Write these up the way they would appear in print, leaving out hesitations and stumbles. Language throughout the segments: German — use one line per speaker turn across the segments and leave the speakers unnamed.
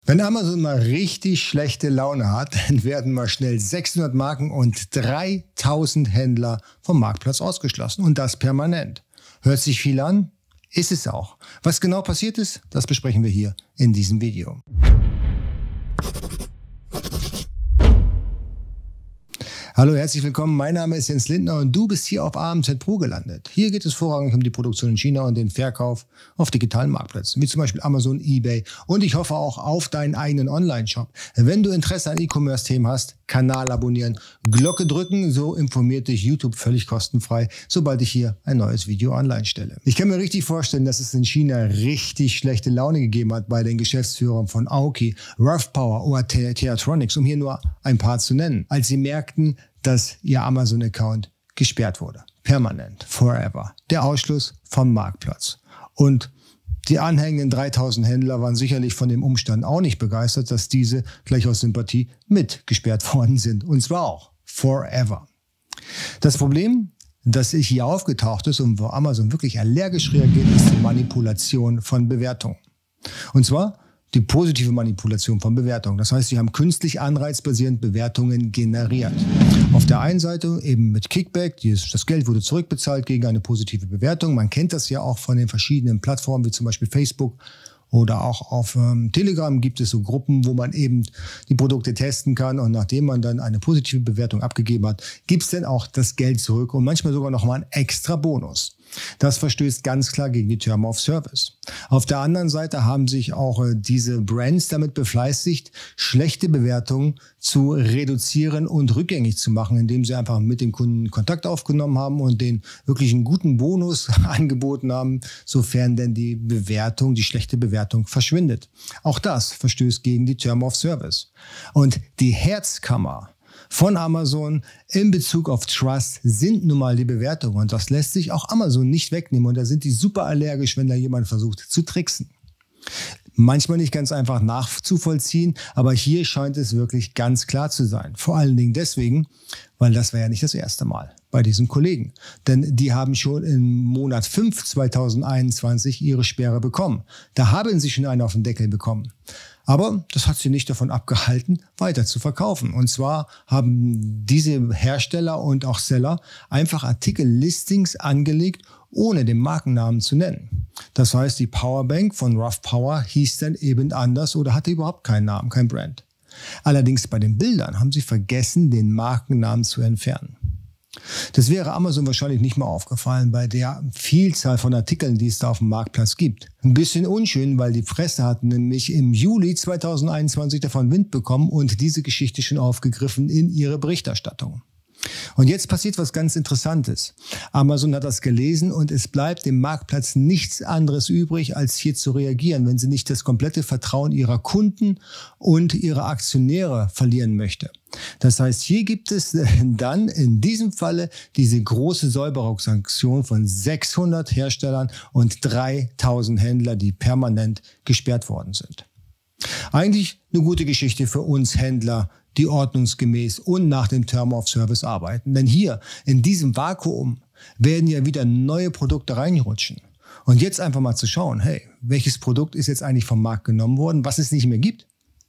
Wenn Amazon mal richtig schlechte Laune hat, dann werden mal schnell 600 Marken und 3000 Händler vom Marktplatz ausgeschlossen. Und das permanent. Hört sich viel an? Ist es auch. Was genau passiert ist, das besprechen wir hier in diesem Video. Hallo, herzlich willkommen. Mein Name ist Jens Lindner und du bist hier auf AMZ Pro gelandet. Hier geht es vorrangig um die Produktion in China und den Verkauf auf digitalen Marktplätzen, wie zum Beispiel Amazon, eBay und ich hoffe auch auf deinen eigenen Online-Shop. Wenn du Interesse an E-Commerce-Themen hast, Kanal abonnieren, Glocke drücken, so informiert dich YouTube völlig kostenfrei, sobald ich hier ein neues Video online stelle. Ich kann mir richtig vorstellen, dass es in China richtig schlechte Laune gegeben hat bei den Geschäftsführern von Aoki, Rough Power oder Theatronics, um hier nur ein paar zu nennen, als sie merkten, dass ihr Amazon-Account gesperrt wurde. Permanent, forever. Der Ausschluss vom Marktplatz. Und die anhängenden 3000 Händler waren sicherlich von dem Umstand auch nicht begeistert, dass diese gleich aus Sympathie mit gesperrt worden sind. Und zwar auch forever. Das Problem, das hier aufgetaucht ist und wo Amazon wirklich allergisch reagiert, ist die Manipulation von Bewertungen. Und zwar die positive Manipulation von Bewertungen. Das heißt, sie haben künstlich anreizbasierend Bewertungen generiert. Auf der einen Seite eben mit Kickback, das Geld wurde zurückbezahlt gegen eine positive Bewertung. Man kennt das ja auch von den verschiedenen Plattformen, wie zum Beispiel Facebook oder auch auf Telegram gibt es so Gruppen, wo man eben die Produkte testen kann und nachdem man dann eine positive Bewertung abgegeben hat, gibt es dann auch das Geld zurück und manchmal sogar nochmal einen extra Bonus. Das verstößt ganz klar gegen die Terms of Service. Auf der anderen Seite haben sich auch diese Brands damit befleißigt, schlechte Bewertungen zu reduzieren und rückgängig zu machen, indem sie einfach mit dem Kunden Kontakt aufgenommen haben und den wirklich einen guten Bonus angeboten haben, sofern denn die schlechte Bewertung verschwindet. Auch das verstößt gegen die Terms of Service. Und die Herzkammer von Amazon in Bezug auf Trust sind nun mal die Bewertungen. Und das lässt sich auch Amazon nicht wegnehmen. Und da sind die super allergisch, wenn da jemand versucht zu tricksen. Manchmal nicht ganz einfach nachzuvollziehen, aber hier scheint es wirklich ganz klar zu sein. Vor allen Dingen deswegen, weil das war ja nicht das erste Mal bei diesen Kollegen. Denn die haben schon im Monat 5 2021 ihre Sperre bekommen. Da haben sie schon einen auf den Deckel bekommen. Aber das hat sie nicht davon abgehalten, weiter zu verkaufen. Und zwar haben diese Hersteller und auch Seller einfach Artikellistings angelegt, ohne den Markennamen zu nennen. Das heißt, die Powerbank von Rough Power hieß dann eben anders oder hatte überhaupt keinen Namen, kein Brand. Allerdings bei den Bildern haben sie vergessen, den Markennamen zu entfernen. Das wäre Amazon wahrscheinlich nicht mal aufgefallen bei der Vielzahl von Artikeln, die es da auf dem Marktplatz gibt. Ein bisschen unschön, weil die Presse hat nämlich im Juli 2021 davon Wind bekommen und diese Geschichte schon aufgegriffen in ihre Berichterstattung. Und jetzt passiert was ganz Interessantes. Amazon hat das gelesen und es bleibt dem Marktplatz nichts anderes übrig, als hier zu reagieren, wenn sie nicht das komplette Vertrauen ihrer Kunden und ihrer Aktionäre verlieren möchte. Das heißt, hier gibt es dann in diesem Falle diese große Säuberungsaktion von 600 Herstellern und 3000 Händlern, die permanent gesperrt worden sind. Eigentlich eine gute Geschichte für uns Händler, die ordnungsgemäß und nach dem Term of Service arbeiten. Denn hier, in diesem Vakuum, werden ja wieder neue Produkte reinrutschen. Und jetzt einfach mal zu schauen, hey, welches Produkt ist jetzt eigentlich vom Markt genommen worden, was es nicht mehr gibt?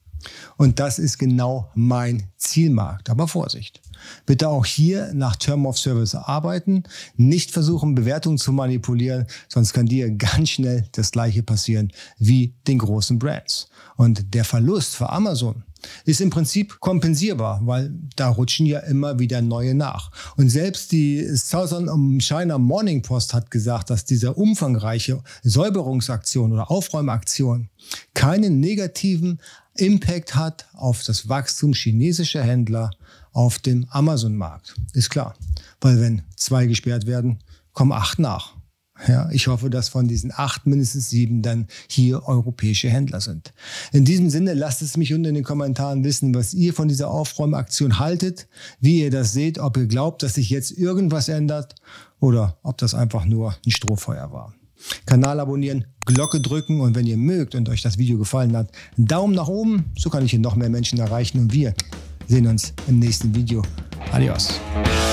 Und das ist genau mein Zielmarkt. Aber Vorsicht, bitte auch hier nach Term of Service arbeiten, nicht versuchen, Bewertungen zu manipulieren, sonst kann dir ganz schnell das Gleiche passieren wie den großen Brands. Und der Verlust für Amazon ist im Prinzip kompensierbar, weil da rutschen ja immer wieder neue nach. Und selbst die Southern China Morning Post hat gesagt, dass diese umfangreiche Säuberungsaktion oder Aufräumaktion keinen negativen Impact hat auf das Wachstum chinesischer Händler auf dem Amazon-Markt. Ist klar, weil wenn 2 gesperrt werden, kommen 8 nach. Ja, ich hoffe, dass von diesen 8 mindestens 7 dann hier europäische Händler sind. In diesem Sinne, lasst es mich unten in den Kommentaren wissen, was ihr von dieser Aufräumaktion haltet, wie ihr das seht, ob ihr glaubt, dass sich jetzt irgendwas ändert oder ob das einfach nur ein Strohfeuer war. Kanal abonnieren, Glocke drücken und wenn ihr mögt und euch das Video gefallen hat, einen Daumen nach oben, so kann ich hier noch mehr Menschen erreichen und wir sehen uns im nächsten Video. Adios.